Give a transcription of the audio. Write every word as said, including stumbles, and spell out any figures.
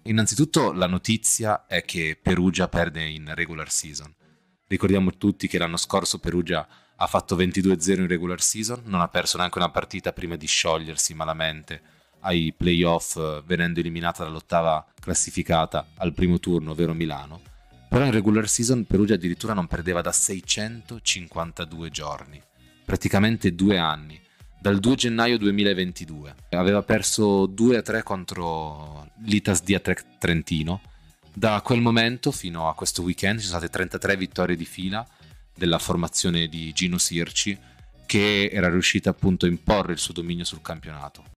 Innanzitutto la notizia è che Perugia perde in regular season. Ricordiamo tutti che l'anno scorso Perugia ha fatto ventidue a zero in regular season, non ha perso neanche una partita prima di sciogliersi malamente ai playoff, venendo eliminata dall'ottava classificata al primo turno, ovvero Milano. Però in regular season Perugia addirittura non perdeva da seicentocinquantadue giorni, praticamente due anni, dal due gennaio duemilaventidue. Aveva perso due a tre contro l'Itas di Atrec Trentino. Da quel momento fino a questo weekend ci sono state trentatré vittorie di fila della formazione di Gino Sirci, che era riuscita appunto a imporre il suo dominio sul campionato.